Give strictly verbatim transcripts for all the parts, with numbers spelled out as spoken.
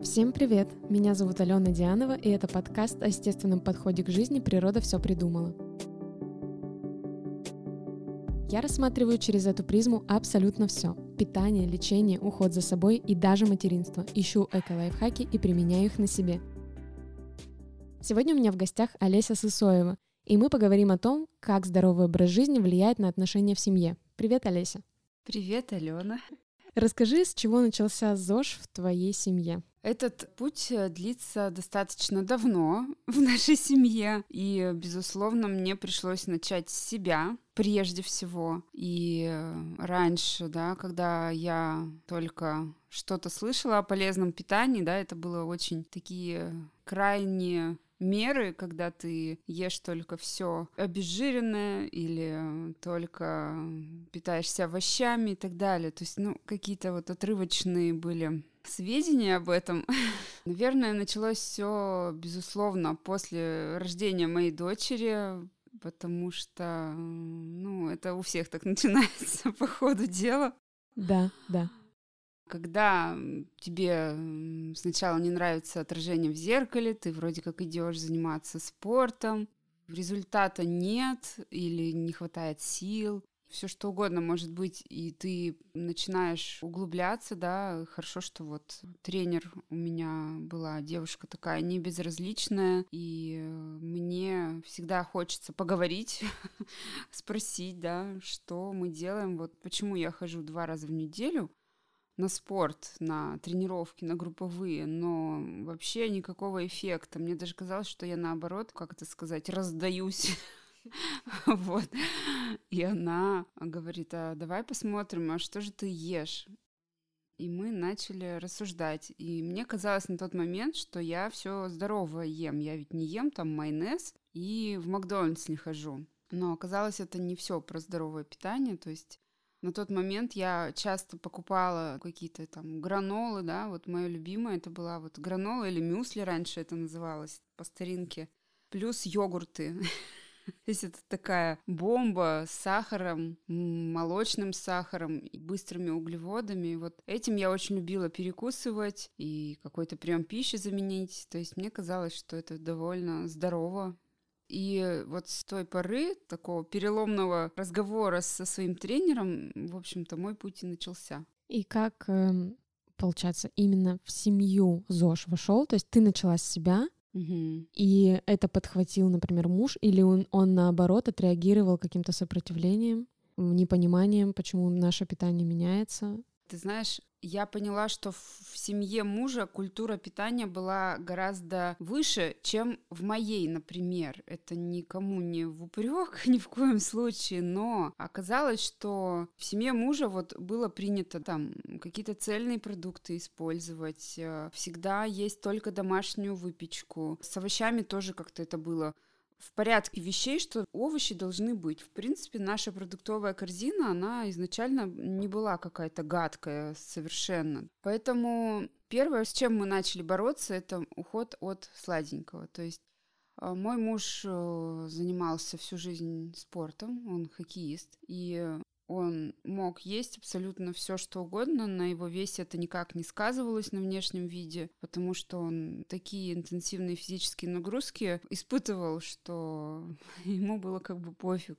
Всем привет! Меня зовут Алена Дианова, и это подкаст о естественном подходе к жизни «Природа все придумала». Я рассматриваю через эту призму абсолютно все: питание, лечение, уход за собой и даже материнство. Ищу эко-лайфхаки и применяю их на себе. Сегодня у меня в гостях Олеся Сысоева, и мы поговорим о том, как здоровый образ жизни влияет на отношения в семье. Привет, Олеся! Привет, Алена! Расскажи, с чего начался ЗОЖ в твоей семье? Этот путь длится достаточно давно в нашей семье, и, безусловно, мне пришлось начать с себя прежде всего. И раньше, да, когда я только что-то слышала о полезном питании, да, это было очень такие крайние меры, когда ты ешь только все обезжиренное или только питаешься овощами и так далее. То есть, ну, какие-то вот отрывочные были сведения об этом. Наверное, началось все, безусловно, после рождения моей дочери, потому что, ну, это у всех так начинается по ходу дела. Да, да. Когда тебе сначала не нравится отражение в зеркале, ты вроде как идешь заниматься спортом, результата нет или не хватает сил, все что угодно может быть, и ты начинаешь углубляться, да. Хорошо, что вот тренер у меня была девушка такая не безразличная, и мне всегда хочется поговорить, спросить, да, что мы делаем, вот почему я хожу два раза в неделю на спорт, на тренировки, на групповые, но вообще никакого эффекта. Мне даже казалось, что я наоборот, как это сказать, раздаюсь. Вот. И она говорит: а давай посмотрим, а что же ты ешь? И мы начали рассуждать. И мне казалось на тот момент, что я все здорово ем. Я ведь не ем там майонез и в Макдональдс не хожу. Но оказалось, это не все про здоровое питание. То есть на тот момент я часто покупала какие-то там гранолы, да, вот мое любимое это была вот гранола или мюсли, раньше это называлось по старинке, плюс йогурты. То есть это такая бомба с сахаром, молочным сахаром и быстрыми углеводами. Вот этим я очень любила перекусывать и какой-то прием пищи заменить. То есть мне казалось, что это довольно здорово. И вот с той поры такого переломного разговора со своим тренером, в общем-то, мой путь и начался. И как, получается, именно в семью ЗОЖ вошел? То есть ты начала с себя, угу. И это подхватил, например, муж, или он, он наоборот отреагировал каким-то сопротивлением, непониманием, почему наше питание меняется? Ты знаешь, я поняла, что в семье мужа культура питания была гораздо выше, чем в моей, например. Это никому не в упрек, ни в коем случае, но оказалось, что в семье мужа вот было принято там какие-то цельные продукты использовать, всегда есть только домашнюю выпечку. С овощами тоже как-то это было в порядке вещей, что овощи должны быть. В принципе, наша продуктовая корзина, она изначально не была какая-то гадкая совершенно. Поэтому первое, с чем мы начали бороться, это уход от сладенького. То есть мой муж занимался всю жизнь спортом, он хоккеист, и он мог есть абсолютно все, что угодно. На его весе это никак не сказывалось на внешнем виде, потому что он такие интенсивные физические нагрузки испытывал, что ему было как бы пофиг.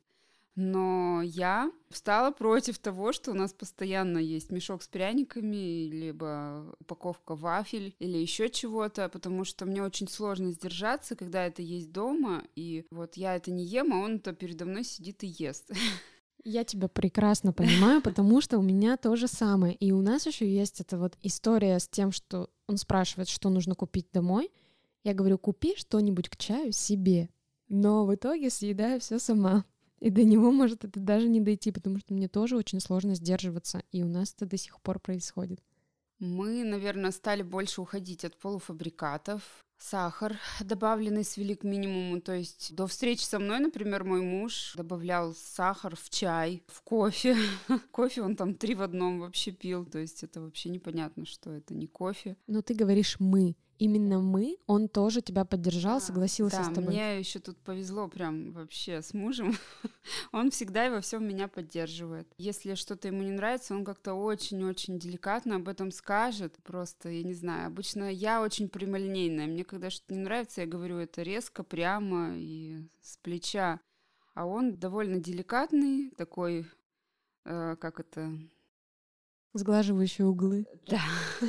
Но я встала против того, что у нас постоянно есть мешок с пряниками, либо упаковка вафель или еще чего-то, потому что мне очень сложно сдержаться, когда это есть дома, и вот я это не ем, а он-то передо мной сидит и ест. Я тебя прекрасно понимаю, потому что у меня то же самое. И у нас еще есть эта вот история с тем, что он спрашивает, что нужно купить домой. Я говорю: купи что-нибудь к чаю себе. Но в итоге съедаю все сама. И до него может это даже не дойти, потому что мне тоже очень сложно сдерживаться. И у нас это до сих пор происходит. Мы, наверное, стали больше уходить от полуфабрикатов. Сахар, добавленный свели к минимуму. То есть до встречи со мной, например, мой муж добавлял сахар в чай, в кофе. Кофе он там три в одном вообще пил. То есть это вообще непонятно, что это не кофе. Но ты говоришь «мы». Именно «мы», он тоже тебя поддержал, согласился с Да, тобой. мне еще тут повезло прям вообще с мужем. Он всегда и во всем меня поддерживает. Если что-то ему не нравится, он как-то очень-очень деликатно об этом скажет. Просто, я не знаю, обычно я очень прямолинейная. Мне когда что-то не нравится, я говорю это резко, прямо и с плеча. А он довольно деликатный, такой, э, как это... Сглаживающие углы. Да,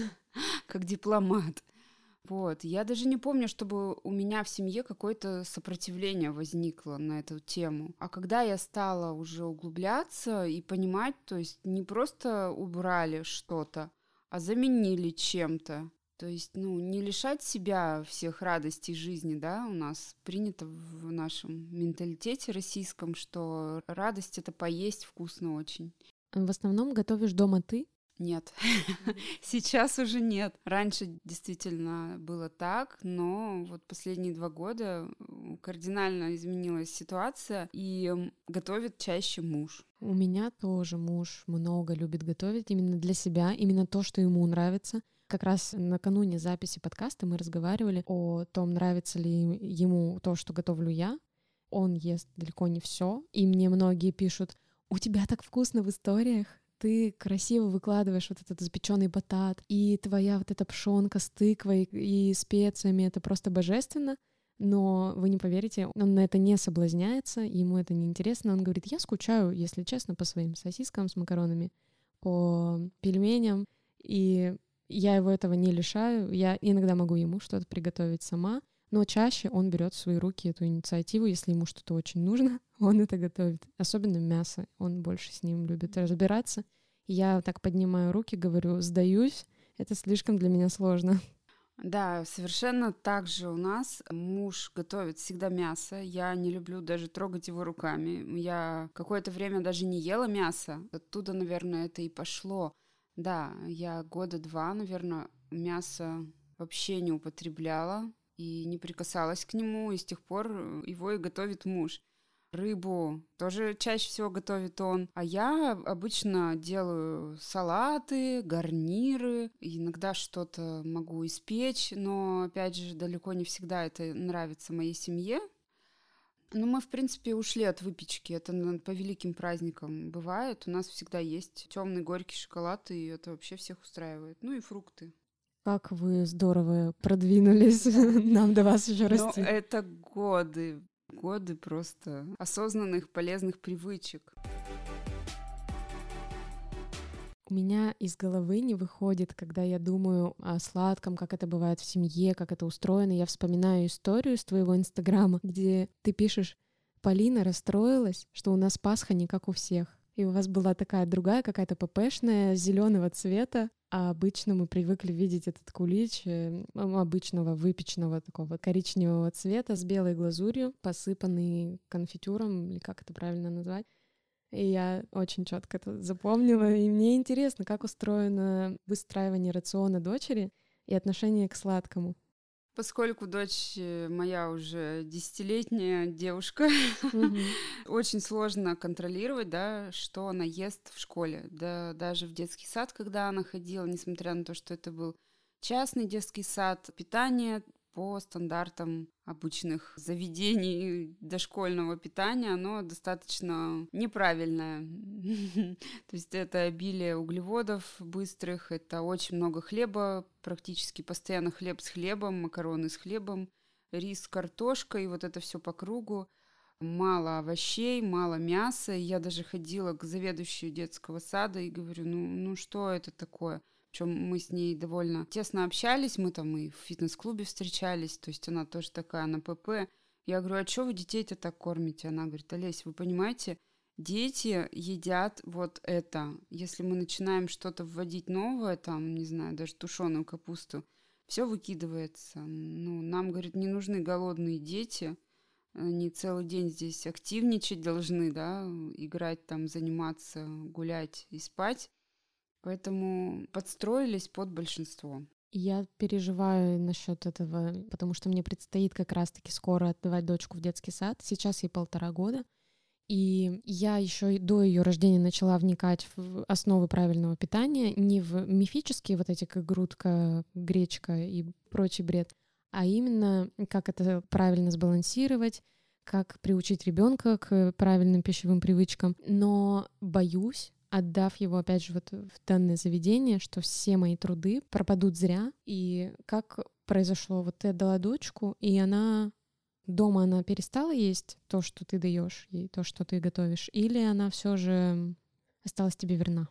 как дипломат. Вот. Я даже не помню, чтобы у меня в семье какое-то сопротивление возникло на эту тему. А когда я стала уже углубляться и понимать, то есть не просто убрали что-то, а заменили чем-то. То есть, ну, не лишать себя всех радостей жизни, да, у нас принято в нашем менталитете российском, что радость — это поесть вкусно очень. В основном готовишь дома ты? Нет, сейчас уже нет. Раньше действительно было так, но вот последние два года кардинально изменилась ситуация, и готовит чаще муж. У меня тоже муж много любит готовить именно для себя, именно то, что ему нравится. Как раз накануне записи подкаста мы разговаривали о том, нравится ли ему то, что готовлю я. Он ест далеко не все, и мне многие пишут: «У тебя так вкусно в историях, ты красиво выкладываешь вот этот запеченный батат, и твоя вот эта пшенка с тыквой и специями, это просто божественно». Но вы не поверите, он на это не соблазняется, ему это не интересно. Он говорит: «Я скучаю, если честно, по своим сосискам с макаронами, по пельменям». И я его этого не лишаю. Я иногда могу ему что-то приготовить сама, но чаще он берет в свои руки эту инициативу, если ему что-то очень нужно, он это готовит. Особенно мясо, он больше с ним любит разбираться. Я так поднимаю руки, говорю: «Сдаюсь, это слишком для меня сложно». Да, совершенно так же у нас. Муж готовит всегда мясо. Я не люблю даже трогать его руками. Я какое-то время даже не ела мясо. Оттуда, наверное, это и пошло. Да, я года два, наверное, мясо вообще не употребляла и не прикасалась к нему, и с тех пор его и готовит муж. Рыбу тоже чаще всего готовит он. А я обычно делаю салаты, гарниры, иногда что-то могу испечь, но, опять же, далеко не всегда это нравится моей семье. Но мы, в принципе, ушли от выпечки. Это по великим праздникам бывает. У нас всегда есть темный горький шоколад, и это вообще всех устраивает. Ну и фрукты. Как вы здорово продвинулись, нам до вас еще расти. Но это годы. Годы просто осознанных полезных привычек. У меня из головы не выходит, когда я думаю о сладком, как это бывает в семье, как это устроено. Я вспоминаю историю из твоего инстаграма, где ты пишешь: «Полина расстроилась, что у нас Пасха не как у всех». И у вас была такая другая какая-то ппшная, зеленого цвета, а обычно мы привыкли видеть этот кулич э, обычного выпечного такого коричневого цвета с белой глазурью, посыпанный конфитюром, или как это правильно назвать. И я очень четко это запомнила. И мне интересно, как устроено выстраивание рациона дочери и отношение к сладкому. Поскольку дочь моя уже десятилетняя девушка, Мгм. очень сложно контролировать, да, что она ест в школе. Да, даже в детский сад, когда она ходила, несмотря на то, что это был частный детский сад, питание по стандартам обычных заведений дошкольного питания, оно достаточно неправильное. То есть это обилие углеводов быстрых, это очень много хлеба, практически постоянно хлеб с хлебом, макароны с хлебом, рис с картошкой, и вот это все по кругу. Мало овощей, мало мяса. И я даже ходила к заведующей детского сада и говорю: ну, ну что это такое? Причем мы с ней довольно тесно общались, мы там и в фитнес-клубе встречались, то есть она тоже такая на ПП. Я говорю: а что вы детей-то так кормите? Она говорит: Олесь, вы понимаете, дети едят вот это. Если мы начинаем что-то вводить новое, там, не знаю, даже тушеную капусту, все выкидывается. Ну, нам, говорит, не нужны голодные дети, они целый день здесь активничать должны, да, играть там, заниматься, гулять и спать. Поэтому подстроились под большинство. Я переживаю насчет этого, потому что мне предстоит как раз-таки скоро отдавать дочку в детский сад. Сейчас ей полтора года. И я еще и до ее рождения начала вникать в основы правильного питания, не в мифические вот эти, как грудка, гречка и прочий бред, а именно как это правильно сбалансировать, как приучить ребенка к правильным пищевым привычкам. Но боюсь, отдав его, опять же, вот в данное заведение, что все мои труды пропадут зря. И как произошло, вот ты отдала дочку, и она... Дома она перестала есть то, что ты даешь ей, то, что ты готовишь, или она все же осталась тебе верна?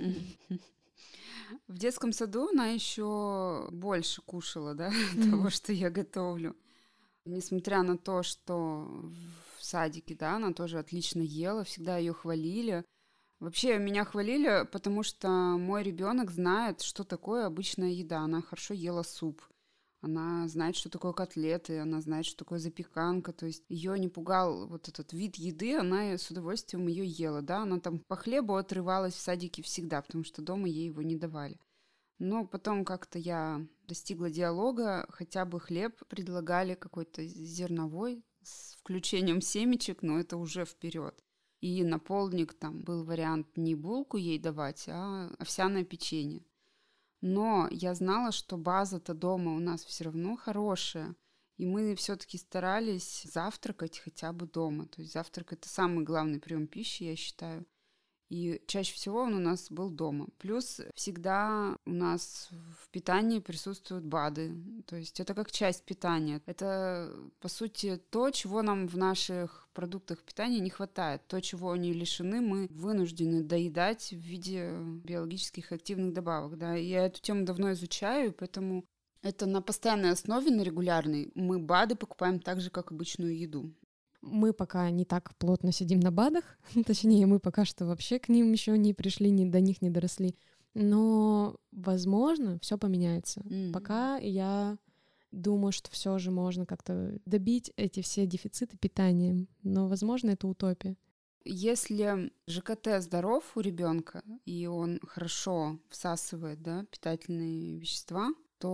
В детском саду она еще больше кушала, да, того, что я готовлю. Несмотря на то, что в садике, да, она тоже отлично ела, всегда ее хвалили. Вообще меня хвалили, потому что мой ребенок знает, что такое обычная еда. Она хорошо ела суп. Она знает, что такое котлеты, она знает, что такое запеканка. То есть ее не пугал вот этот вид еды, она с удовольствием ее ела. Да? Она там по хлебу отрывалась в садике всегда, потому что дома ей его не давали. Но потом как-то я достигла диалога, хотя бы хлеб предлагали какой-то зерновой с включением семечек, но это уже вперед. И на полдник там был вариант не булку ей давать, а овсяное печенье. Но я знала, что база-то дома у нас все равно хорошая, и мы все-таки старались завтракать хотя бы дома. То есть завтрак — это самый главный прием пищи, я считаю. И чаще всего он у нас был дома. Плюс всегда у нас в питании присутствуют БАДы. То есть это как часть питания. Это, по сути, то, чего нам в наших продуктах питания не хватает. То, чего они лишены, мы вынуждены доедать в виде биологических активных добавок. Да? Я эту тему давно изучаю, поэтому это на постоянной основе, на регулярной. Мы БАДы покупаем так же, как обычную еду. Мы пока не так плотно сидим на БАДах, точнее, мы пока что вообще к ним еще не пришли, ни до них не доросли. Но, возможно, все поменяется. Mm. Пока я думаю, что все же можно как-то добить эти все дефициты питанием. Но, возможно, это утопия. Если ЖКТ здоров у ребенка и он хорошо всасывает, да, питательные вещества,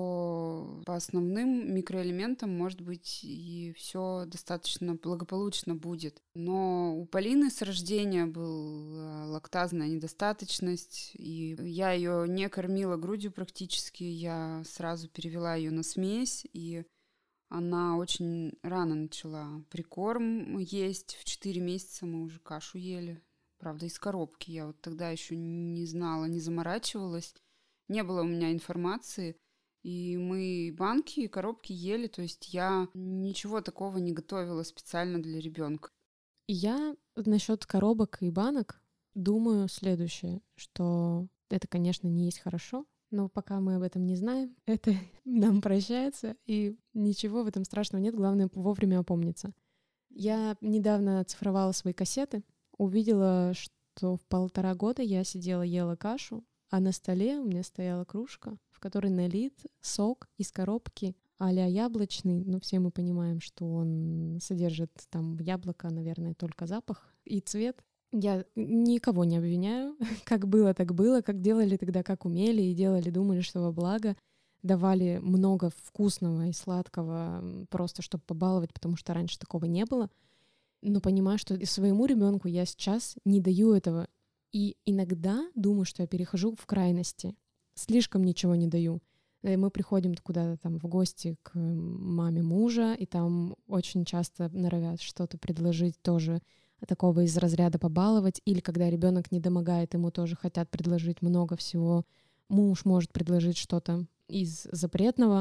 то по основным микроэлементам, может быть, и все достаточно благополучно будет. Но у Полины с рождения была лактазная недостаточность, и я ее не кормила грудью практически, я сразу перевела ее на смесь, и она очень рано начала прикорм есть. В четыре месяца мы уже кашу ели. Правда, из коробки. Я вот тогда еще не знала, не заморачивалась. Не было у меня информации. И мы банки и коробки ели, то есть я ничего такого не готовила специально для ребенка. Я насчет коробок и банок думаю следующее, что это, конечно, не есть хорошо, но пока мы об этом не знаем, это нам прощается, и ничего в этом страшного нет, главное вовремя опомниться. Я недавно оцифровала свои кассеты, увидела, что в полтора года я сидела, ела кашу, а на столе у меня стояла кружка, в которой налит сок из коробки а-ля яблочный. Ну, все мы понимаем, что он содержит там яблоко, наверное, только запах и цвет. Я никого не обвиняю. Как было, так было. Как делали тогда, как умели. И делали, думали, что во благо. Давали много вкусного и сладкого, просто чтобы побаловать, потому что раньше такого не было. Но понимаю, что своему ребенку я сейчас не даю этого. И иногда думаю, что я перехожу в крайности. Слишком ничего не даю. Мы приходим куда-то там в гости к маме мужа, и там очень часто норовят что-то предложить тоже такого из разряда побаловать. Или когда ребенок не домогает, ему тоже хотят предложить много всего. Муж может предложить что-то из запретного.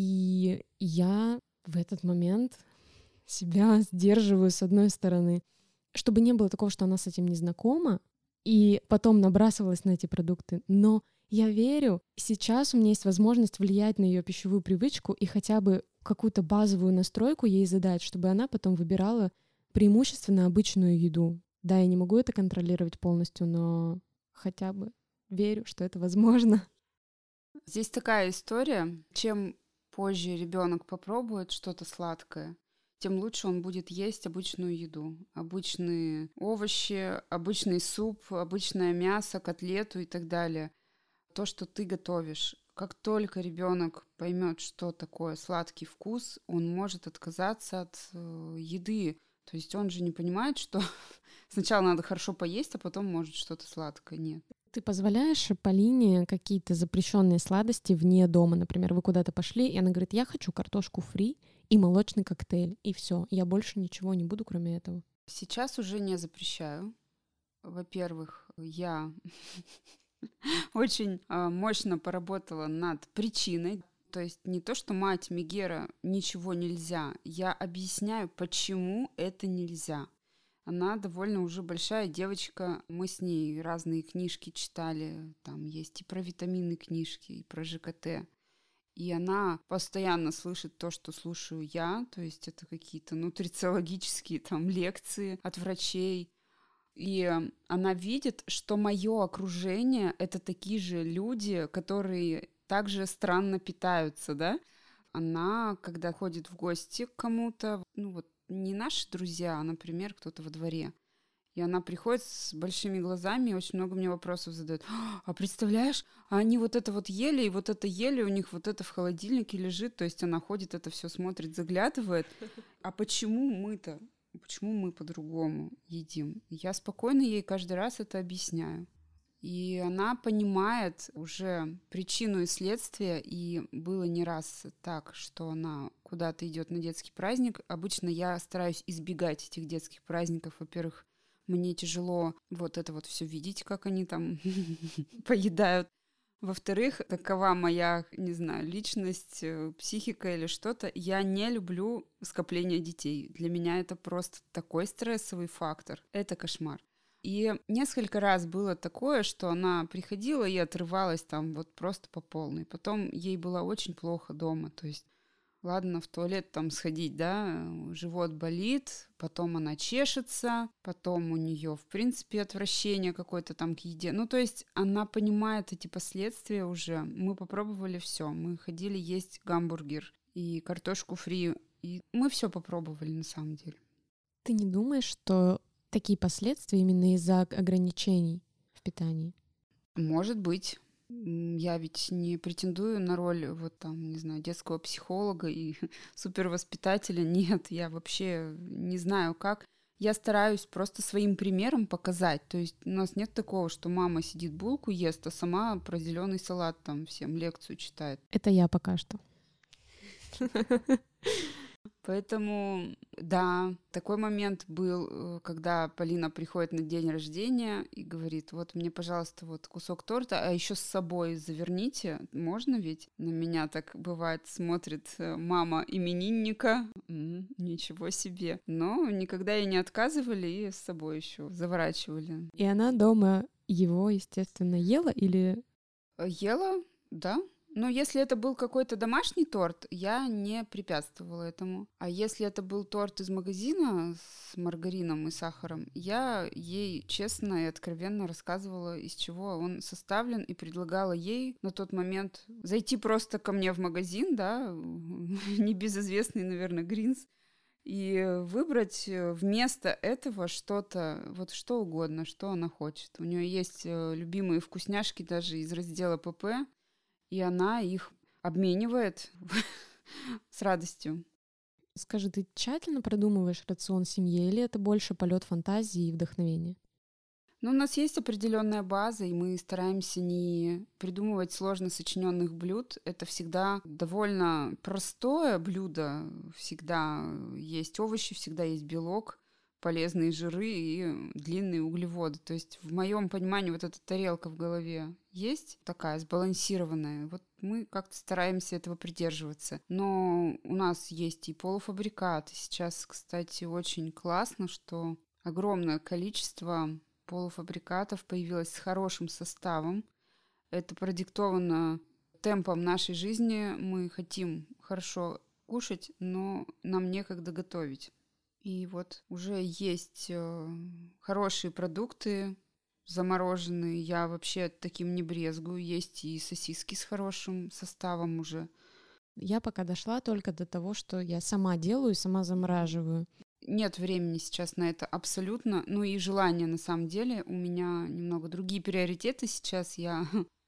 И я в этот момент себя сдерживаю с одной стороны, чтобы не было такого, что она с этим не знакома, и потом набрасывалась на эти продукты. Но я верю, сейчас у меня есть возможность влиять на ее пищевую привычку и хотя бы какую-то базовую настройку ей задать, чтобы она потом выбирала преимущественно обычную еду. Да, я не могу это контролировать полностью, но хотя бы верю, что это возможно. Здесь такая история. Чем позже ребенок попробует что-то сладкое, тем лучше он будет есть обычную еду. Обычные овощи, обычный суп, обычное мясо, котлету и так далее. То, что ты готовишь. как только ребенок поймет, что такое сладкий вкус, он может отказаться от э, еды. То есть он же не понимает, что сначала надо хорошо поесть, а потом может что-то сладкое. Нет. Ты позволяешь Полине какие-то запрещенные сладости вне дома? Например, вы куда-то пошли, и она говорит, я хочу картошку фри и молочный коктейль, и все, я больше ничего не буду, кроме этого. Сейчас уже не запрещаю. Во-первых, я очень э, мощно поработала над причиной. То есть не то, что мать Мегера ничего нельзя. Я объясняю, почему это нельзя. Она довольно уже большая девочка. Мы с ней разные книжки читали. Там есть и про витамины книжки, и про ЖКТ. И она постоянно слышит то, что слушаю я. То есть это какие-то нутрициологические там лекции от врачей. И она видит, что мое окружение — это такие же люди, которые также странно питаются, да? Она, когда ходит в гости к кому-то, ну вот не наши друзья, а, например, кто-то во дворе, и она приходит с большими глазами и очень много мне вопросов задает. А представляешь, а они вот это вот ели, и вот это ели, у них вот это в холодильнике лежит, то есть она ходит, это все смотрит, заглядывает. А почему мы-то? Почему мы по-другому едим? Я спокойно ей каждый раз это объясняю. И она понимает уже причину и следствие, и было не раз так, что она куда-то идет на детский праздник. Обычно я стараюсь избегать этих детских праздников. Во-первых, мне тяжело вот это вот все видеть, как они там поедают. Во-вторых, такова моя, не знаю, личность, психика или что-то. Я не люблю скопление детей. Для меня это просто такой стрессовый фактор. Это кошмар. И несколько раз было такое, что она приходила и отрывалась там вот просто по полной. Потом ей было очень плохо дома. То есть, ладно, в туалет там сходить, да, живот болит, потом она чешется, потом у нее, в принципе, отвращение какое-то там к еде. Ну, то есть она понимает эти последствия уже. Мы попробовали все. Мы ходили есть гамбургер и картошку фри. И мы все попробовали на самом деле. Ты не думаешь, что такие последствия именно из-за ограничений в питании? Может быть. Я ведь не претендую на роль вот там, не знаю, детского психолога и супервоспитателя. Нет, я вообще не знаю как. Я стараюсь просто своим примером показать. То есть у нас нет такого, что мама сидит булку ест, а сама про зеленый салат там всем лекцию читает. Это я пока что. Поэтому, да, такой момент был, когда Полина приходит на день рождения и говорит, вот мне, пожалуйста, вот кусок торта, а еще с собой заверните, можно ведь? На меня так бывает, смотрит мама именинника, М-м, ничего себе. Но никогда ей не отказывали и с собой еще заворачивали. И она дома его, естественно, ела или... Ела, да. Но если это был какой-то домашний торт, я не препятствовала этому. А если это был торт из магазина с маргарином и сахаром, я ей честно и откровенно рассказывала, из чего он составлен, и предлагала ей на тот момент зайти просто ко мне в магазин, да, небезызвестный, наверное, Гринс, и выбрать вместо этого что-то, вот что угодно, что она хочет. У нее есть любимые вкусняшки даже из раздела ПП, и она их обменивает с радостью. Скажи, ты тщательно продумываешь рацион семьи, или это больше полет фантазии и вдохновения? Ну, у нас есть определенная база, и мы стараемся не придумывать сложно сочиненных блюд. Это всегда довольно простое блюдо. Всегда есть овощи, всегда есть белок, полезные жиры и длинные углеводы. То есть в моем понимании вот эта тарелка в голове есть такая сбалансированная. Вот мы как-то стараемся этого придерживаться. Но у нас есть и полуфабрикаты. Сейчас, кстати, очень классно, что огромное количество полуфабрикатов появилось с хорошим составом. Это продиктовано темпом нашей жизни. Мы хотим хорошо кушать, но нам некогда готовить. И вот уже есть э, хорошие продукты, замороженные. Я вообще таким не брезгую. Есть и сосиски с хорошим составом уже. Я пока дошла только до того, что я сама делаю, сама замораживаю. Нет времени сейчас на это абсолютно. Ну и желания на самом деле. У меня немного другие приоритеты сейчас. Я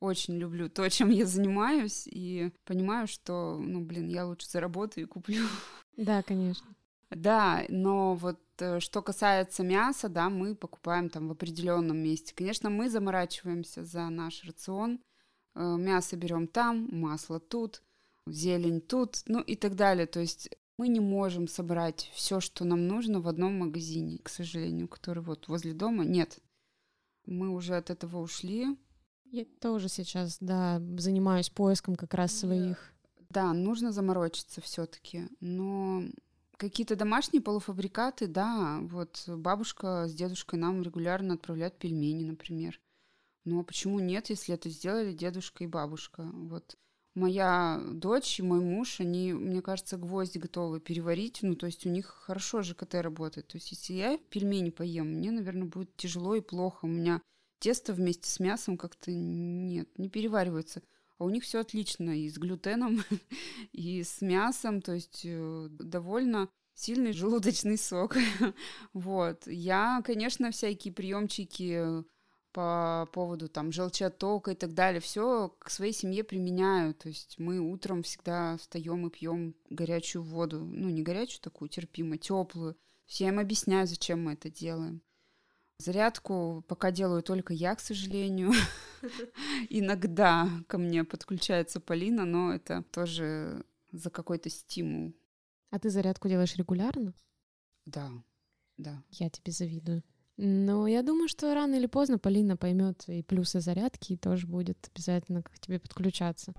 очень люблю то, чем я занимаюсь, и понимаю, что, ну, блин, я лучше заработаю и куплю. Да, конечно. Да, но вот э, что касается мяса, да, мы покупаем там в определенном месте. Конечно, мы заморачиваемся за наш рацион. Э, Мясо берем там, масло тут, зелень тут, ну и так далее. То есть мы не можем собрать все, что нам нужно в одном магазине, к сожалению, который вот возле дома. Нет, мы уже от этого ушли. Я тоже сейчас, да, занимаюсь поиском как раз своих. Да, нужно заморочиться все-таки, но какие-то домашние полуфабрикаты, да, вот бабушка с дедушкой нам регулярно отправляют пельмени, например. Ну а почему нет, если это сделали дедушка и бабушка? Вот моя дочь и мой муж, они, мне кажется, гвозди готовы переварить, ну то есть у них хорошо ЖКТ работает. То есть если я пельмени поем, мне, наверное, будет тяжело и плохо. У меня тесто вместе с мясом как-то нет, не переваривается. А у них все отлично и с глютеном, и с мясом, то есть э, довольно сильный желудочный сок. Вот. Я, конечно, всякие приемчики по поводу там желчеотока и так далее, все к своей семье применяю. То есть мы утром всегда встаем и пьем горячую воду. Ну, не горячую такую, терпимо, теплую. Я им объясняю, зачем мы это делаем. Зарядку пока делаю только я, к сожалению. Иногда ко мне подключается Полина, но это тоже за какой-то стимул. А ты зарядку делаешь регулярно? Да, да. Я тебе завидую. Но я думаю, что рано или поздно Полина поймет и плюсы зарядки, и тоже будет обязательно к тебе подключаться.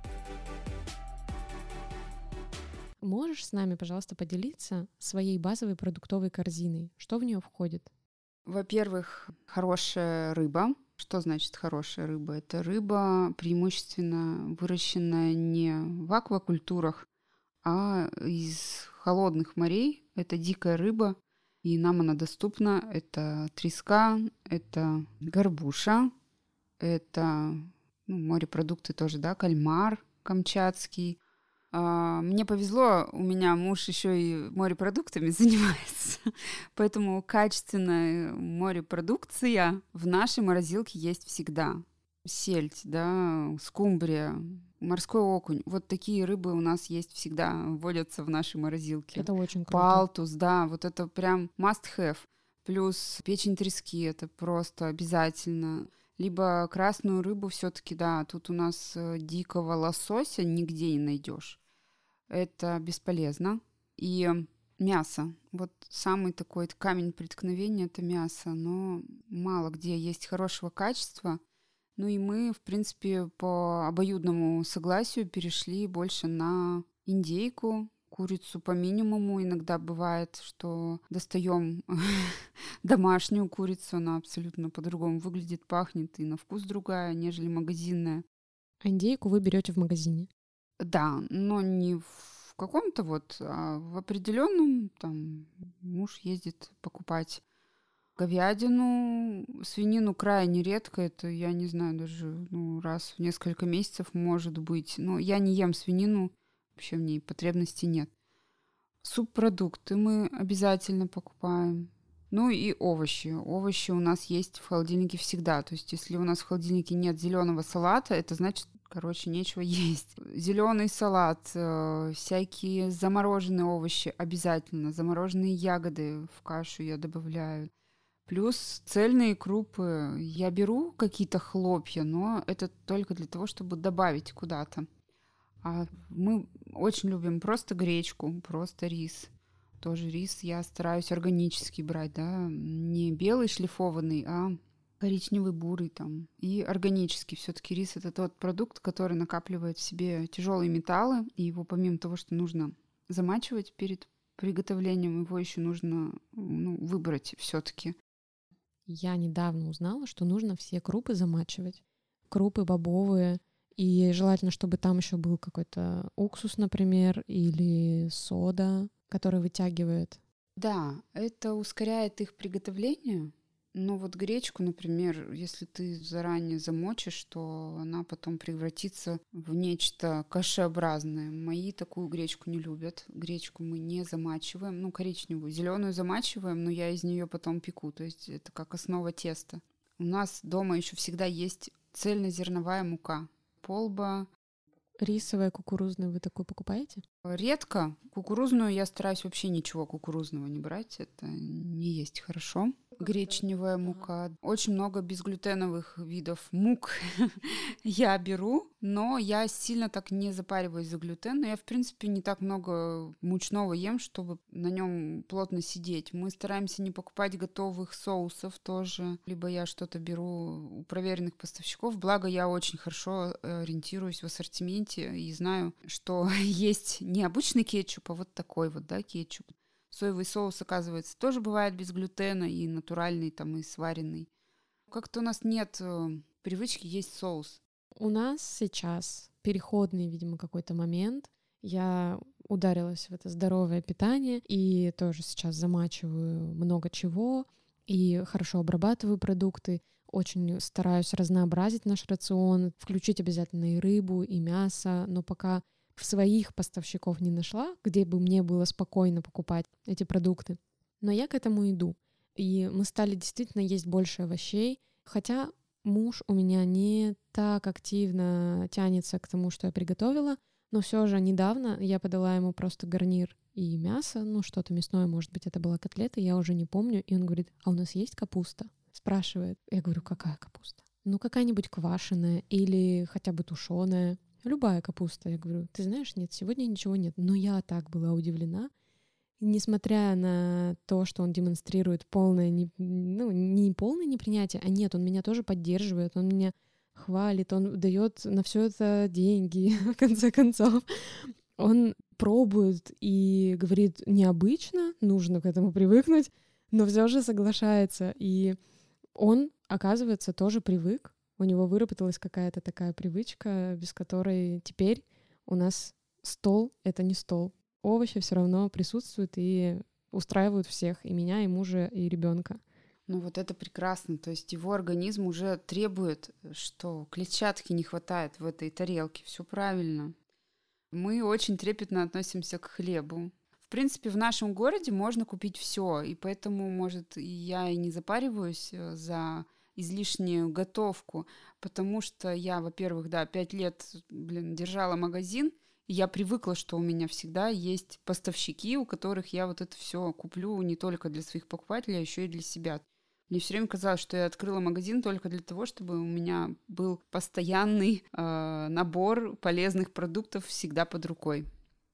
Можешь с нами, пожалуйста, поделиться своей базовой продуктовой корзиной? Что в нее входит? Во-первых, хорошая рыба. Что значит хорошая рыба? Это рыба преимущественно выращенная не в аквакультурах, а из холодных морей. Это дикая рыба, и нам она доступна. Это треска, это горбуша, это ну, морепродукты тоже, да, кальмар камчатский. А, Мне повезло, у меня муж еще и морепродуктами занимается, поэтому качественная морепродукция в нашей морозилке есть всегда. Сельдь, да, скумбрия, морской окунь. Вот такие рыбы у нас есть всегда, водятся в нашей морозилке. Это очень круто. Палтус, да, вот это прям must have. Плюс печень трески, это просто обязательно. Либо красную рыбу все-таки, да, тут у нас э, дикого лосося нигде не найдешь. Это бесполезно. И мясо. Вот самый такой камень преткновения — это мясо. Но мало где есть хорошего качества. Ну и мы, в принципе, по обоюдному согласию перешли больше на индейку, курицу по минимуму. Иногда бывает, что достаем домашнюю курицу, она абсолютно по-другому выглядит, пахнет и на вкус другая, нежели магазинная. А индейку вы берете в магазине? Да, но не в каком-то вот, а в определенном, там муж ездит покупать говядину, свинину крайне редко, это, я не знаю, даже ну, раз в несколько месяцев может быть. Но я не ем свинину, вообще в ней потребности нет. Субпродукты мы обязательно покупаем. Ну и овощи. Овощи у нас есть в холодильнике всегда. То есть, если у нас в холодильнике нет зеленого салата, это значит, короче, нечего есть. Зеленый салат, э, всякие замороженные овощи обязательно. Замороженные ягоды в кашу я добавляю. Плюс цельные крупы. Я беру какие-то хлопья, но это только для того, чтобы добавить куда-то. А мы очень любим просто гречку, просто рис. Тоже рис я стараюсь органический брать, да, не белый шлифованный, а коричневый, бурый там. И органический. Все-таки рис — это тот продукт, который накапливает в себе тяжелые металлы, и его помимо того, что нужно замачивать перед приготовлением, его еще нужно ну, выбрать все-таки. Я недавно узнала, что нужно все крупы замачивать. Крупы бобовые. И желательно, чтобы там еще был какой-то уксус, например, или сода, который вытягивает. Да, это ускоряет их приготовление. Но вот гречку, например, если ты заранее замочишь, то она потом превратится в нечто кашеобразное. Мои такую гречку не любят. Гречку мы не замачиваем. Ну, коричневую. Зеленую замачиваем, но я из нее потом пеку. То есть это как основа теста. У нас дома еще всегда есть цельнозерновая мука. Полба. Рисовая, кукурузная вы такую покупаете? Редко. Кукурузную я стараюсь вообще ничего кукурузного не брать. Это не есть хорошо. Гречневая мука. Очень много безглютеновых видов мук я беру, но я сильно так не запариваюсь за глютен. Но я, в принципе, не так много мучного ем, чтобы на нем плотно сидеть. Мы стараемся не покупать готовых соусов тоже. Либо я что-то беру у проверенных поставщиков. Благо, я очень хорошо ориентируюсь в ассортименте и знаю, что есть не обычный кетчуп, а вот такой вот, да, кетчуп. Соевый соус, оказывается, тоже бывает без глютена, и натуральный, там, и сваренный. Как-то у нас нет э, привычки есть соус. У нас сейчас переходный, видимо, какой-то момент. Я ударилась в это здоровое питание и тоже сейчас замачиваю много чего и хорошо обрабатываю продукты. Очень стараюсь разнообразить наш рацион, включить обязательно и рыбу, и мясо, но пока в своих поставщиков не нашла, где бы мне было спокойно покупать эти продукты. Но я к этому иду. И мы стали действительно есть больше овощей, хотя муж у меня не так активно тянется к тому, что я приготовила, но все же недавно я подала ему просто гарнир и мясо, ну что-то мясное, может быть, это была котлета, я уже не помню, и он говорит: а у нас есть капуста? Спрашивает. Я говорю: какая капуста? Ну какая-нибудь квашеная или хотя бы тушеная. Любая капуста. Я говорю: ты знаешь, нет, сегодня ничего нет. Но я так была удивлена. Несмотря на то, что он демонстрирует полное, не, ну, не полное непринятие, а нет, он меня тоже поддерживает, он меня хвалит, он дает на все это деньги, в конце концов. Он пробует и говорит: необычно, нужно к этому привыкнуть, но все же соглашается. И он, оказывается, тоже привык. У него выработалась какая-то такая привычка, без которой теперь у нас стол — это не стол. Овощи все равно присутствуют и устраивают всех, и меня, и мужа, и ребенка. Ну вот это прекрасно. То есть его организм уже требует, что клетчатки не хватает в этой тарелке. Все правильно. Мы очень трепетно относимся к хлебу. В принципе, в нашем городе можно купить все, и поэтому, может, и я и не запариваюсь за излишнюю готовку, потому что я, во-первых, да, пять лет, блин, держала магазин, и я привыкла, что у меня всегда есть поставщики, у которых я вот это все куплю не только для своих покупателей, а еще и для себя. Мне все время казалось, что я открыла магазин только для того, чтобы у меня был постоянный э, набор полезных продуктов всегда под рукой.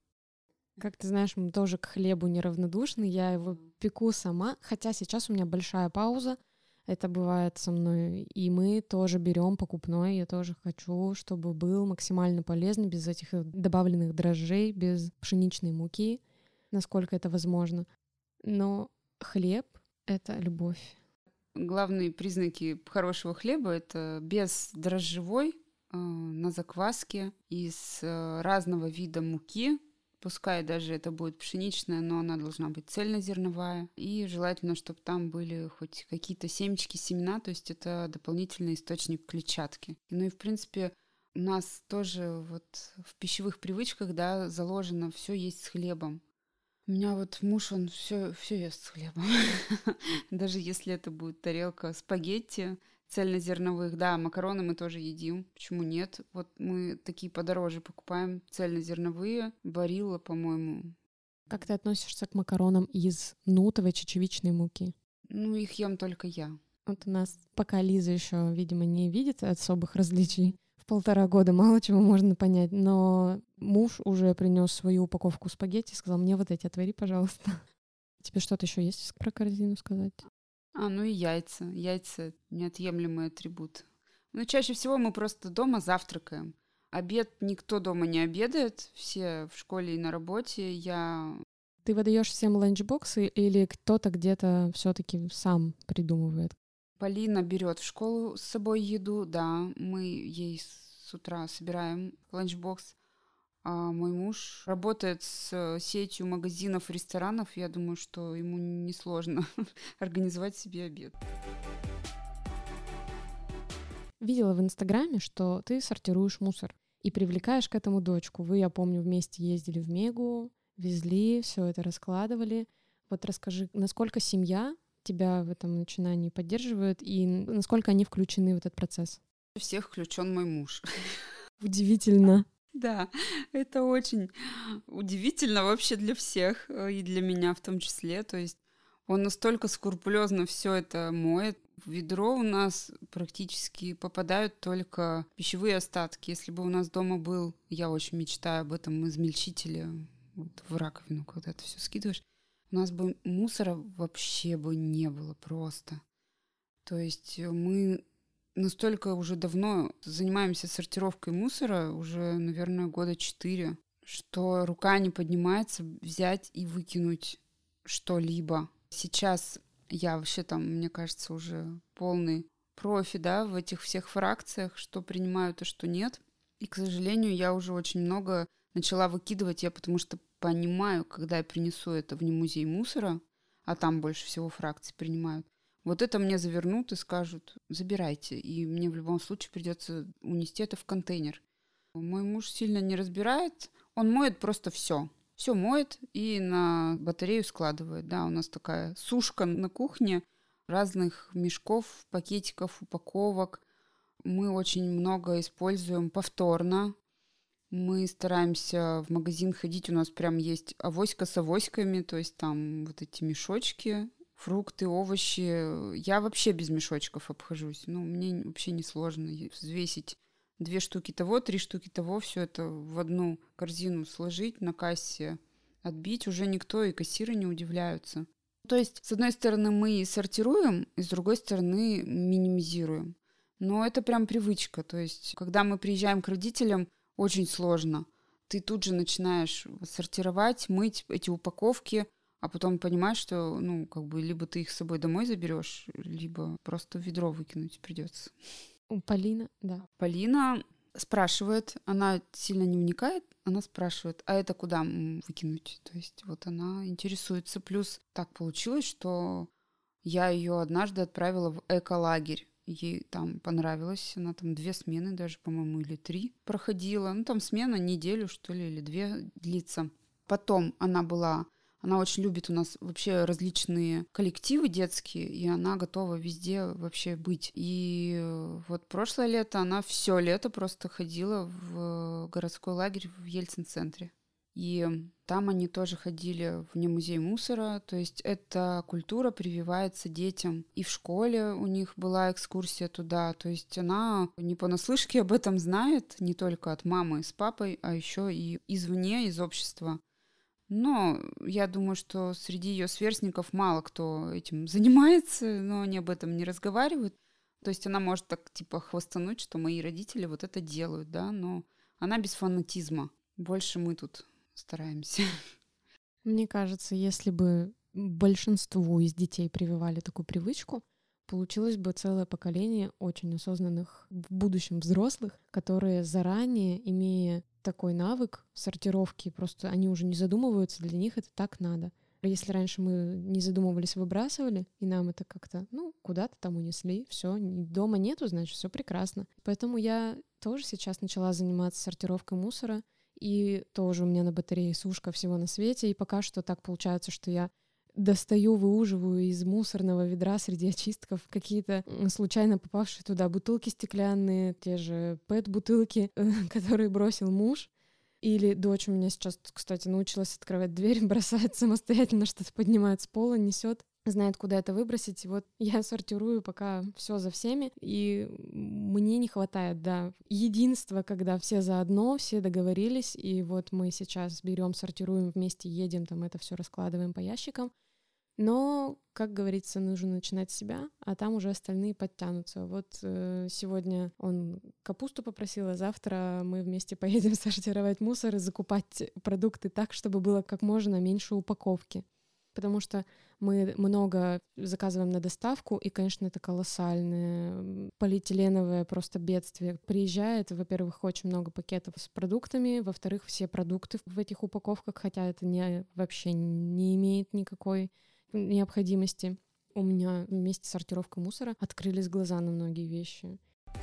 Как ты знаешь, мы тоже к хлебу неравнодушны. Я его пеку сама, хотя сейчас у меня большая пауза. Это бывает со мной. И мы тоже берем покупной. Я тоже хочу, чтобы был максимально полезный, без этих добавленных дрожжей, без пшеничной муки, насколько это возможно. Но хлеб — это любовь. Главные признаки хорошего хлеба — это бездрожжевой, э, на закваске, из э, разного вида муки. Пускай даже это будет пшеничная, но она должна быть цельнозерновая. И желательно, чтобы там были хоть какие-то семечки, семена, то есть это дополнительный источник клетчатки. Ну и, в принципе, у нас тоже вот в пищевых привычках, да, заложено все есть с хлебом. У меня вот муж, он все, все ест с хлебом. Даже если это будет тарелка спагетти цельнозерновых, да, макароны мы тоже едим. Почему нет? Вот мы такие подороже покупаем, цельнозерновые, Барилла, по-моему. Как ты относишься к макаронам из нутовой чечевичной муки? Ну, их ем только я. Вот у нас пока Лиза еще, видимо, не видит особых различий. В полтора года мало чего можно понять, но муж уже принес свою упаковку спагетти и сказал: мне вот эти отвори, пожалуйста. Тебе что-то еще есть про корзину сказать? А, ну и яйца. Яйца — неотъемлемый атрибут. Но чаще всего мы просто дома завтракаем. Обед никто дома не обедает, все в школе и на работе. Я... Ты выдаешь всем ланчбоксы или кто-то где-то все-таки сам придумывает? Полина берет в школу с собой еду, да, мы ей с утра собираем ланчбокс. А мой муж работает с сетью магазинов и ресторанов. Я думаю, что ему несложно организовать себе обед. Видела в Инстаграме, что ты сортируешь мусор и привлекаешь к этому дочку. Вы, я помню, вместе ездили в Мегу, везли, все это раскладывали. Вот расскажи, насколько семья тебя в этом начинании поддерживает и насколько они включены в этот процесс? Всех включен мой муж. Удивительно. Да, это очень удивительно вообще для всех, и для меня в том числе. То есть он настолько скрупулезно все это моет. В ведро у нас практически попадают только пищевые остатки. Если бы у нас дома был, я очень мечтаю об этом, измельчителе вот в раковину, когда ты все скидываешь, у нас бы мусора вообще бы не было просто. То есть мы настолько уже давно занимаемся сортировкой мусора, уже, наверное, года четыре, что рука не поднимается взять и выкинуть что-либо. Сейчас я вообще там, мне кажется, уже полный профи, да, в этих всех фракциях, что принимают, а что нет. И, к сожалению, я уже очень много начала выкидывать, я потому что понимаю, когда я принесу это в музей мусора, а там больше всего фракций принимают, вот это мне завернут и скажут, забирайте. И мне в любом случае придется унести это в контейнер. Мой муж сильно не разбирает, он моет просто все. Все моет и на батарею складывает. Да, у нас такая сушка на кухне разных мешков, пакетиков, упаковок. Мы очень много используем повторно. Мы стараемся в магазин ходить, у нас прям есть авоська с авоськами, то есть там вот эти мешочки, фрукты, овощи. Я вообще без мешочков обхожусь. Ну, мне вообще не сложно взвесить две штуки того, три штуки того, все это в одну корзину сложить, на кассе отбить. Уже никто и кассиры не удивляются. То есть, с одной стороны, мы сортируем, и с другой стороны, минимизируем. Но это прям привычка. То есть, когда мы приезжаем к родителям, очень сложно. Ты тут же начинаешь сортировать, мыть эти упаковки, а потом понимаешь, что, ну, как бы, либо ты их с собой домой заберешь, либо просто в ведро выкинуть придется. Полина, да. Полина спрашивает, она сильно не вникает, она спрашивает, а это куда выкинуть? То есть вот она интересуется. Плюс так получилось, что я ее однажды отправила в эколагерь. Ей там понравилось, она там две смены даже, по-моему, или три проходила. Ну, там смена неделю, что ли, или две длится. Потом она была... Она очень любит у нас вообще различные коллективы детские, и она готова везде вообще быть. И вот прошлое лето она все лето просто ходила в городской лагерь в Ельцин-центре. И там они тоже ходили в музей мусора, то есть эта культура прививается детям. И в школе у них была экскурсия туда, то есть она не понаслышке об этом знает, не только от мамы с папой, а еще и извне, из общества. Но я думаю, что среди ее сверстников мало кто этим занимается, но они об этом не разговаривают. То есть она может так типа хвастануть, что мои родители вот это делают, да, но она без фанатизма. Больше мы тут стараемся. Мне кажется, если бы большинству из детей прививали такую привычку, получилось бы целое поколение очень осознанных в будущем взрослых, которые заранее, имея такой навык сортировки, просто они уже не задумываются, для них это так надо. Если раньше мы не задумывались, выбрасывали, и нам это как-то, ну, куда-то там унесли, все, дома нету, значит, все прекрасно. Поэтому я тоже сейчас начала заниматься сортировкой мусора, и тоже у меня на батарее сушка всего на свете, и пока что так получается, что я достаю, выуживаю из мусорного ведра среди очистков какие-то случайно попавшие туда бутылки стеклянные, те же пэт-бутылки, которые бросил муж. Или дочь у меня сейчас, кстати, научилась открывать дверь, бросает самостоятельно, что-то поднимает с пола, несет, знает, куда это выбросить. И вот я сортирую пока все за всеми, и мне не хватает, да, единства, когда все заодно, все договорились, и вот мы сейчас берем, сортируем вместе, едем, там это все раскладываем по ящикам. Но, как говорится, нужно начинать с себя, а там уже остальные подтянутся. Вот э, сегодня он капусту попросил, а завтра мы вместе поедем сортировать мусор и закупать продукты так, чтобы было как можно меньше упаковки. Потому что мы много заказываем на доставку, и, конечно, это колоссальное полиэтиленовое просто бедствие. Приезжает, во-первых, очень много пакетов с продуктами, во-вторых, все продукты в этих упаковках, хотя это не, вообще не имеет никакой необходимости. У меня вместе с сортировкой мусора открылись глаза на многие вещи.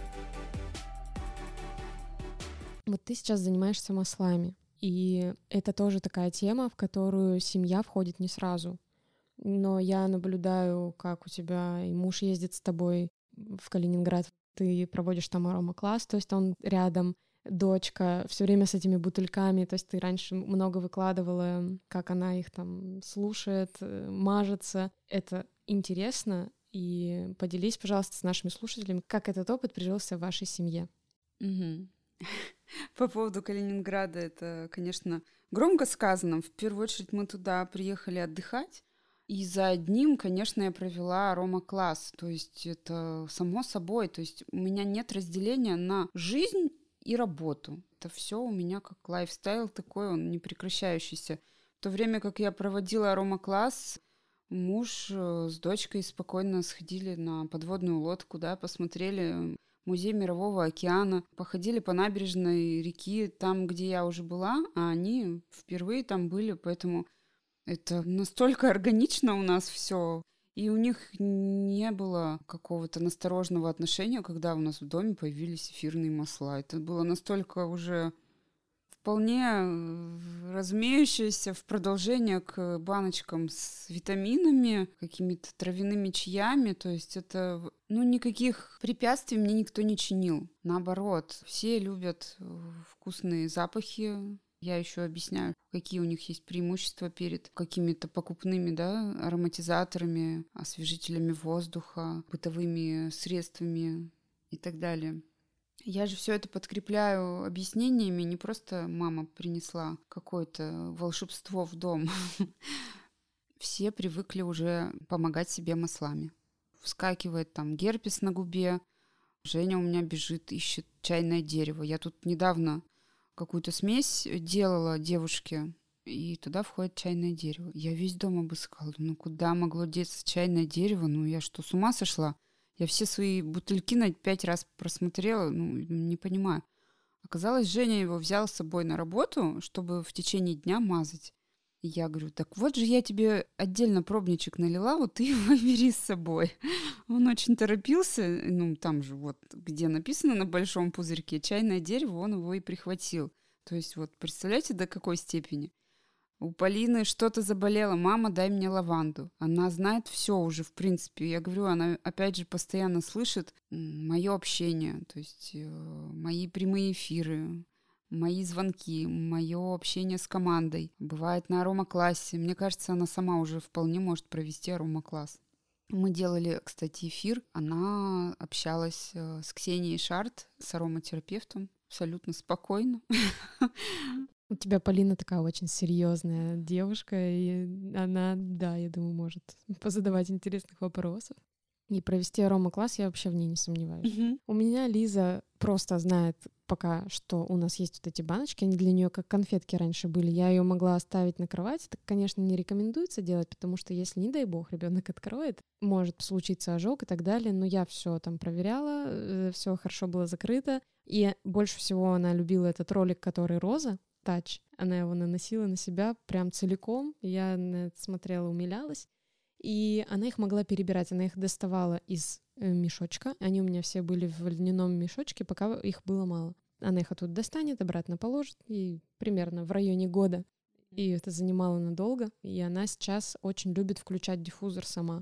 Вот ты сейчас занимаешься маслами, и это тоже такая тема, в которую семья входит не сразу. Но я наблюдаю, как у тебя и муж ездит с тобой в Калининград ты проводишь там аромакласс, то есть он рядом, дочка все время с этими бутыльками, то есть ты раньше много выкладывала, как она их там слушает, э, мажется. Это интересно, и поделись, пожалуйста, с нашими слушателями, как этот опыт прижился в вашей семье. Мгм. По поводу Калининграда, это, конечно, громко сказано. В первую очередь мы туда приехали отдыхать, и за одним, конечно, я провела аромакласс. То есть это само собой. То есть у меня нет разделения на жизнь и работу. Это все у меня как лайфстайл такой, он непрекращающийся. В то время как я проводила аромакласс, муж э, с дочкой спокойно сходили на подводную лодку, да, посмотрели музей Мирового океана, походили по набережной реки, там, где я уже была, а они впервые там были, поэтому это настолько органично у нас все. И у них не было какого-то настороженного отношения, когда у нас в доме появились эфирные масла. Это было настолько уже вполне э, разумеющееся в продолжение к баночкам с витаминами, какими-то травяными чаями. То есть это, ну, никаких препятствий мне никто не чинил. Наоборот, все любят э, вкусные запахи. Я еще объясняю, какие у них есть преимущества перед какими-то покупными, да, ароматизаторами, освежителями воздуха, бытовыми средствами и так далее. Я же все это подкрепляю объяснениями, не просто мама принесла какое-то волшебство в дом. Все привыкли уже помогать себе маслами. Вскакивает там герпес на губе, Женя у меня бежит, ищет чайное дерево. Я тут недавно какую-то смесь делала девушке, и туда входит чайное дерево. Я весь дом обыскала. Ну, куда могло деться чайное дерево? Ну, я что, с ума сошла? Я все свои бутыльки на пять раз просмотрела, ну, не понимаю. Оказалось, Женя его взял с собой на работу, чтобы в течение дня мазать. И я говорю, так вот же я тебе отдельно пробничек налила, вот ты его бери с собой. Он очень торопился, ну, там же вот, где написано на большом пузырьке чайное дерево, он его и прихватил. То есть вот, представляете, до какой степени? У Полины что-то заболело, мама, дай мне лаванду. Она знает все уже, в принципе. Я говорю, она опять же постоянно слышит мое общение, то есть э, мои прямые эфиры, мои звонки, мое общение с командой. Бывает на аромаклассе. Мне кажется, она сама уже вполне может провести аромакласс. Мы делали, кстати, эфир. Она общалась э, с Ксенией Шарт, с ароматерапевтом, абсолютно спокойно. У тебя Полина такая очень серьезная девушка, и она, да, я думаю, может позадавать интересных вопросов. И провести арома-класс я вообще в ней не сомневаюсь. Mm-hmm. У меня Лиза просто знает пока, что у нас есть вот эти баночки, они для нее как конфетки раньше были. Я ее могла оставить на кровати. Так, конечно, не рекомендуется делать, потому что если, не дай бог, ребенок откроет, может случиться ожог и так далее. Но я все там проверяла, все хорошо было закрыто. И больше всего она любила этот ролик, который роза. Тач. Она его наносила на себя прям целиком. Я на это смотрела, умилялась. И она их могла перебирать. Она их доставала из э, мешочка. Они у меня все были в льняном мешочке, пока их было мало. Она их оттуда достанет, обратно положит. И примерно в районе года. И это занимало надолго. И она сейчас очень любит включать диффузор сама.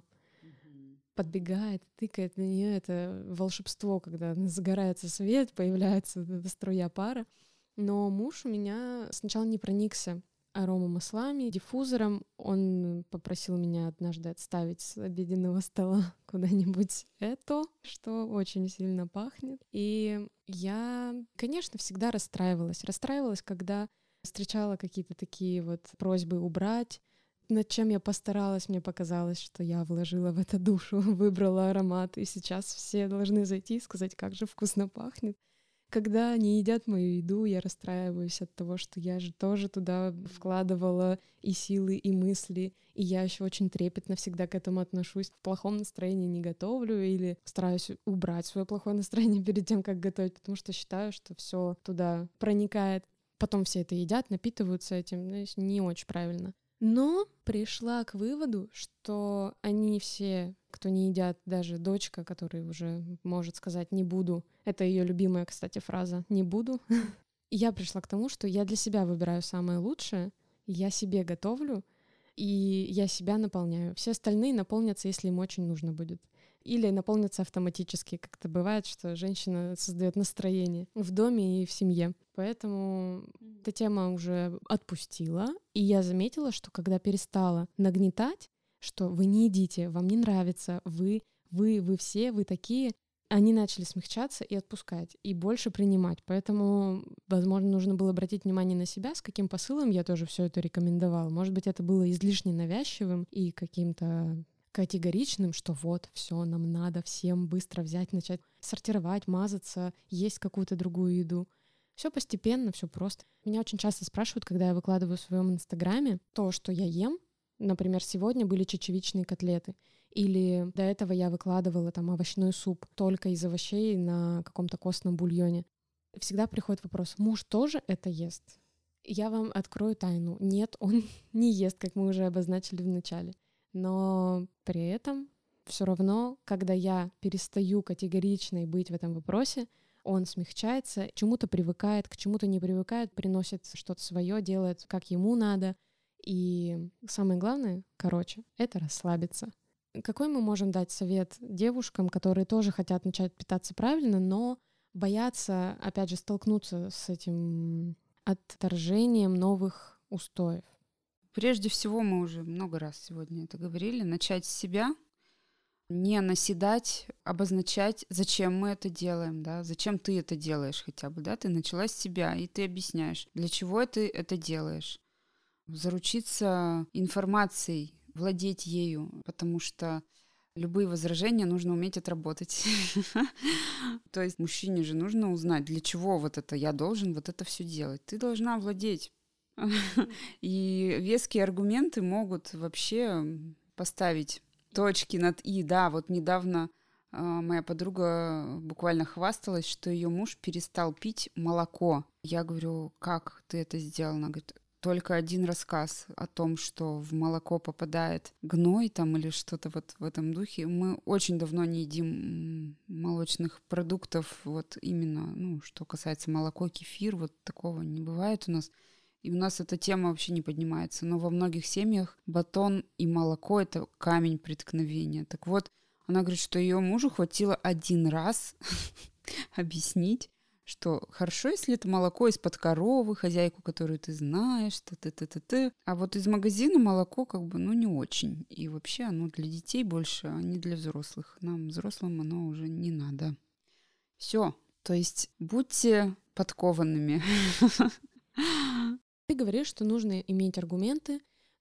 Подбегает, тыкает на нее. Это волшебство, когда загорается свет, появляется вот эта струя пара. Но муж у меня сначала не проникся аромамаслами, диффузором. Он попросил меня однажды отставить с обеденного стола куда-нибудь это, что очень сильно пахнет. И я, конечно, всегда расстраивалась. Расстраивалась, когда встречала какие-то такие вот просьбы убрать. Над чем я постаралась, мне показалось, что я вложила в это душу, выбрала аромат, и сейчас все должны зайти и сказать, как же вкусно пахнет. Когда они едят мою еду, я расстраиваюсь от того, что я же тоже туда вкладывала и силы, и мысли, и я еще очень трепетно всегда к этому отношусь. В плохом настроении не готовлю или стараюсь убрать свое плохое настроение перед тем, как готовить, потому что считаю, что все туда проникает. Потом все это едят, напитываются этим, ну, не очень правильно. Но пришла к выводу, что они все, кто не едят, даже дочка, которая уже может сказать «не буду», это ее любимая, кстати, фраза «не буду». Я пришла к тому, что я для себя выбираю самое лучшее, я себе готовлю, и я себя наполняю. Все остальные наполнятся, если им очень нужно будет. или наполнится автоматически. Как-то бывает, что женщина создает настроение в доме и в семье. Поэтому эта тема уже отпустила. И я заметила, что когда перестала нагнетать, что вы не едите, вам не нравится, вы, вы, вы все, вы такие, они начали смягчаться и отпускать, и больше принимать. Поэтому, возможно, нужно было обратить внимание на себя, с каким посылом я тоже все это рекомендовала. Может быть, это было излишне навязчивым и каким-то категоричным, что вот, все, нам надо всем быстро взять, начать сортировать, мазаться, есть какую-то другую еду. Все постепенно, все просто. Меня очень часто спрашивают, когда я выкладываю в своем инстаграме то, что я ем. Например, сегодня были чечевичные котлеты. Или до этого я выкладывала там овощной суп только из овощей на каком-то костном бульоне. Всегда приходит вопрос: муж тоже это ест? Я вам открою тайну. Нет, он не ест, как мы уже обозначили в начале. Но при этом все равно, когда я перестаю категоричной быть в этом вопросе, он смягчается, к чему-то привыкает, к чему-то не привыкает, приносит что-то свое, делает, как ему надо. И самое главное, короче, это расслабиться. Какой мы можем дать совет девушкам, которые тоже хотят начать питаться правильно, но боятся, опять же, столкнуться с этим отторжением новых устоев? Прежде всего, мы уже много раз сегодня это говорили, начать с себя, не наседать, обозначать, зачем мы это делаем, да, зачем ты это делаешь хотя бы, да, ты начала с себя, и ты объясняешь, для чего ты это делаешь. Заручиться информацией, владеть ею, потому что любые возражения нужно уметь отработать. То есть мужчине же нужно узнать, для чего вот это я должен вот это все делать. Ты должна владеть. И веские аргументы могут вообще поставить точки над «и». Да, вот недавно э, моя подруга буквально хвасталась, что ее муж перестал пить молоко. Я говорю: как ты это сделала? Она говорит: только один рассказ о том, что в молоко попадает гной там или что-то вот в этом духе. Мы очень давно не едим молочных продуктов, вот именно, ну, что касается молоко, кефир, вот такого не бывает у нас. И у нас эта тема вообще не поднимается. Но во многих семьях батон и молоко — это камень преткновения. Так вот, она говорит, что ее мужу хватило один раз объяснить, что хорошо, если это молоко из-под коровы, хозяйку, которую ты знаешь, т-т-т-т-т. А вот из магазина молоко как бы, ну, не очень. И вообще оно для детей больше, а не для взрослых. Нам, взрослым, оно уже не надо. Все. То есть будьте подкованными. Ты говоришь, что нужно иметь аргументы,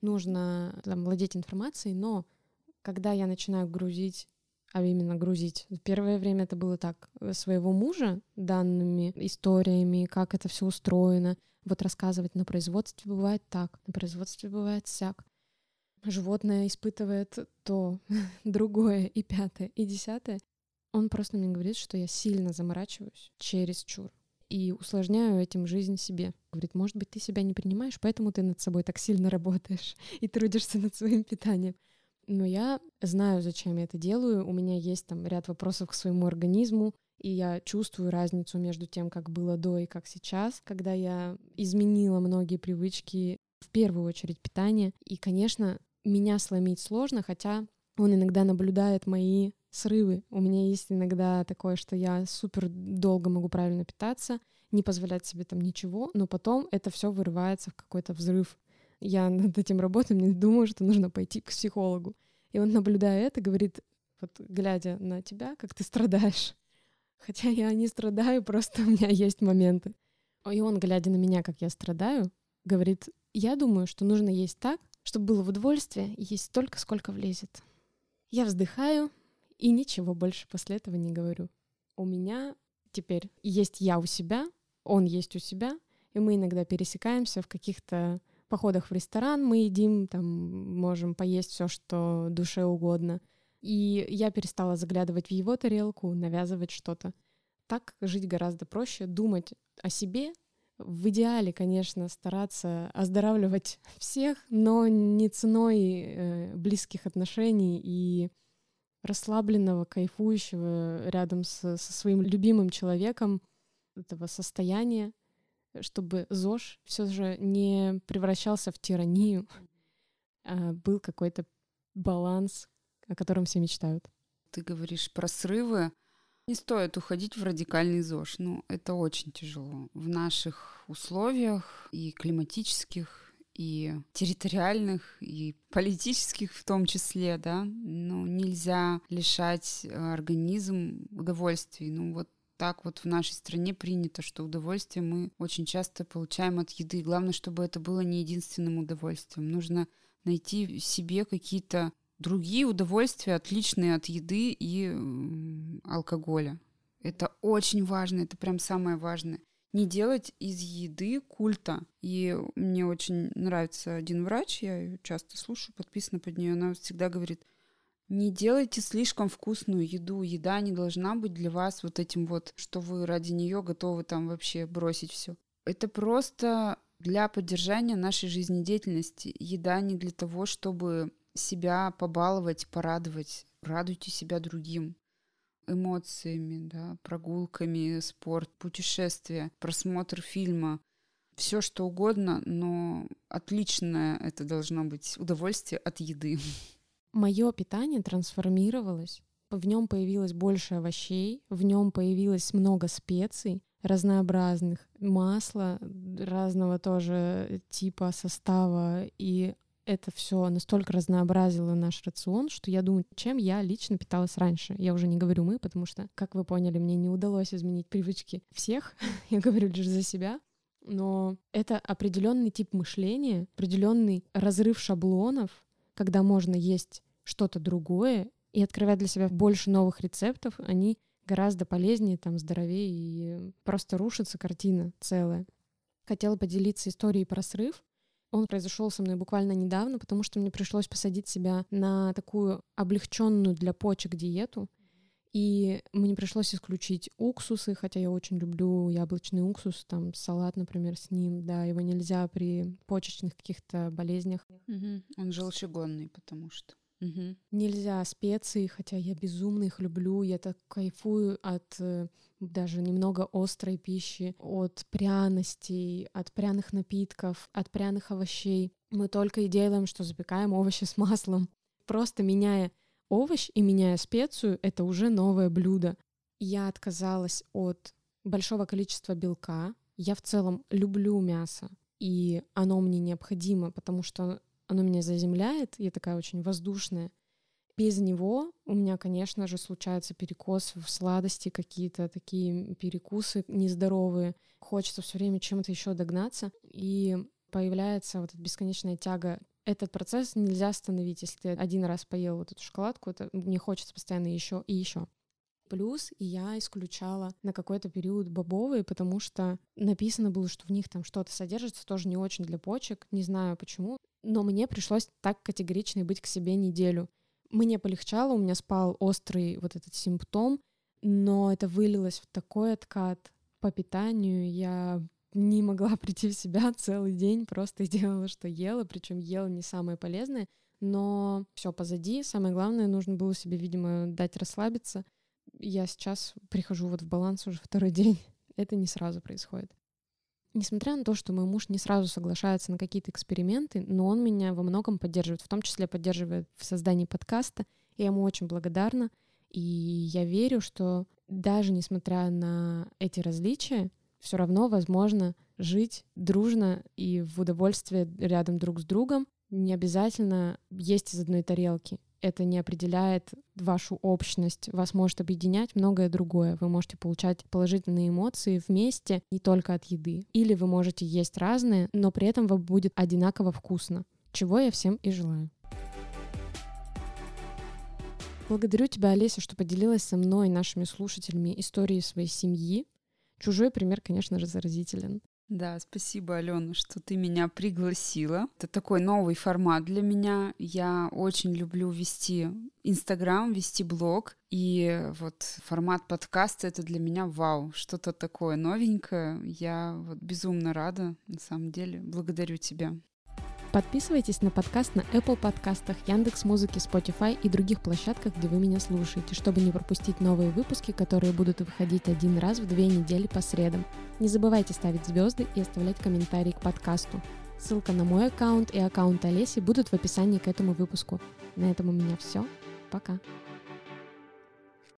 нужно там владеть информацией, но когда я начинаю грузить, а именно грузить, в первое время это было так, своего мужа данными, историями, как это все устроено, вот рассказывать: на производстве бывает так, на производстве бывает сяк. Животное испытывает то, другое, и пятое, и десятое. Он просто мне говорит, что я сильно заморачиваюсь чересчур и усложняю этим жизнь себе. Говорит: может быть, ты себя не принимаешь, поэтому ты над собой так сильно работаешь и трудишься над своим питанием. Но я знаю, зачем я это делаю. У меня есть там ряд вопросов к своему организму, и я чувствую разницу между тем, как было до и как сейчас, когда я изменила многие привычки, в первую очередь питание. И, конечно, меня сломить сложно, хотя он иногда наблюдает мои срывы. У меня есть иногда такое, что я супер долго могу правильно питаться, не позволять себе там ничего, но потом это все вырывается в какой-то взрыв. Я над этим работаю, мне думаю, что нужно пойти к психологу. И он, наблюдая это, говорит, вот глядя на тебя, как ты страдаешь. Хотя я не страдаю, просто у меня есть моменты. И он, глядя на меня, как я страдаю, говорит: я думаю, что нужно есть так, чтобы было в удовольствие, и есть столько, сколько влезет. Я вздыхаю и ничего больше после этого не говорю. У меня теперь есть я у себя, он есть у себя, и мы иногда пересекаемся в каких-то походах в ресторан, мы едим, там, можем поесть все, что душе угодно. И я перестала заглядывать в его тарелку, навязывать что-то. Так жить гораздо проще, думать о себе. В идеале, конечно, стараться оздоравливать всех, но не ценой э, близких отношений и расслабленного, кайфующего рядом со, со своим любимым человеком этого состояния, чтобы ЗОЖ все же не превращался в тиранию, а был какой-то баланс, о котором все мечтают. ты говоришь про срывы. Не стоит уходить в радикальный ЗОЖ. Ну, это очень тяжело. В наших условиях и климатических, и территориальных, и политических в том числе, да, ну, нельзя лишать организм удовольствий. Ну, вот так вот в нашей стране принято, что удовольствие мы очень часто получаем от еды. Главное, чтобы это было не единственным удовольствием. Нужно найти в себе какие-то другие удовольствия, отличные от еды и м, алкоголя. Это очень важно, это прям самое важное. Не делать из еды культа. И мне очень нравится один врач, я ее часто слушаю, подписана под нее, она всегда говорит: не делайте слишком вкусную еду. Еда не должна быть для вас вот этим вот, что вы ради нее готовы там вообще бросить все. Это просто для поддержания нашей жизнедеятельности. Еда не для того, чтобы себя побаловать, порадовать. Радуйте себя другим эмоциями, да, прогулками, спорт, путешествия, просмотр фильма. Все что угодно, но отличное это должно быть удовольствие от еды. Мое питание трансформировалось. В нем появилось больше овощей, в нем появилось много специй разнообразных, масла разного тоже типа, состава, и это все настолько разнообразило наш рацион, что я думаю, чем я лично питалась раньше. Я уже не говорю мы, потому что, как вы поняли, мне не удалось изменить привычки всех. Я говорю лишь за себя. Но это определенный тип мышления, определенный разрыв шаблонов, когда можно есть что-то другое и открывать для себя больше новых рецептов, они гораздо полезнее, там, здоровее, и просто рушится картина целая. Хотела поделиться историей про срыв. Он произошел со мной буквально недавно, потому что мне пришлось посадить себя на такую облегченную для почек диету. И мне пришлось исключить уксусы, хотя я очень люблю яблочный уксус, там салат, например, с ним. Да, его нельзя при почечных каких-то болезнях. Угу. Он желчегонный, потому что. Угу. Нельзя специи, хотя я безумно их люблю. Я так кайфую от э, даже немного острой пищи, от пряностей, от пряных напитков, от пряных овощей. Мы только и делаем, что запекаем овощи с маслом. Просто меняя овощ и меняя специю, это уже новое блюдо. Я отказалась от большого количества белка. Я в целом люблю мясо, и оно мне необходимо, потому что оно меня заземляет, я такая очень воздушная. Без него у меня, конечно же, случается перекос в сладости, какие-то такие перекусы нездоровые. Хочется все время чем-то еще догнаться, и появляется вот эта бесконечная тяга. Этот процесс нельзя остановить. Если ты один раз поел вот эту шоколадку, это мне хочется постоянно еще и еще. Плюс я исключала на какой-то период бобовые, потому что написано было, что в них там что-то содержится, тоже не очень для почек, не знаю почему. Но мне пришлось так категорично быть к себе неделю. Мне полегчало, у меня спал острый вот этот симптом, но это вылилось в такой откат по питанию. Я не могла прийти в себя целый день, просто делала, что ела, причем ела не самое полезное, но все позади. Самое главное, нужно было себе, видимо, дать расслабиться. Я сейчас прихожу вот в баланс уже второй день. Это не сразу происходит. Несмотря на то, что мой муж не сразу соглашается на какие-то эксперименты, но он меня во многом поддерживает, в том числе поддерживает в создании подкаста. Я ему очень благодарна, и я верю, что даже несмотря на эти различия, все равно возможно жить дружно и в удовольствии рядом друг с другом. Не обязательно есть из одной тарелки. Это не определяет вашу общность. Вас может объединять многое другое. Вы можете получать положительные эмоции вместе, не только от еды. Или вы можете есть разные, но при этом вам будет одинаково вкусно. Чего я всем и желаю. Благодарю тебя, Олеся, что поделилась со мной, нашими слушателями, историей своей семьи. Чужой пример, конечно же, заразителен. Да, спасибо, Алена, что ты меня пригласила. Это такой новый формат для меня. Я очень люблю вести Инстаграм, вести блог. И вот формат подкаста — это для меня вау, что-то такое новенькое. Я вот безумно рада, на самом деле. Благодарю тебя. Подписывайтесь на подкаст на Apple подкастах, Яндекс.Музыке, Spotify и других площадках, где вы меня слушаете, чтобы не пропустить новые выпуски, которые будут выходить один раз в две недели по средам. Не забывайте ставить звезды и оставлять комментарии к подкасту. Ссылка на мой аккаунт и аккаунт Олеси будут в описании к этому выпуску. На этом у меня все. Пока.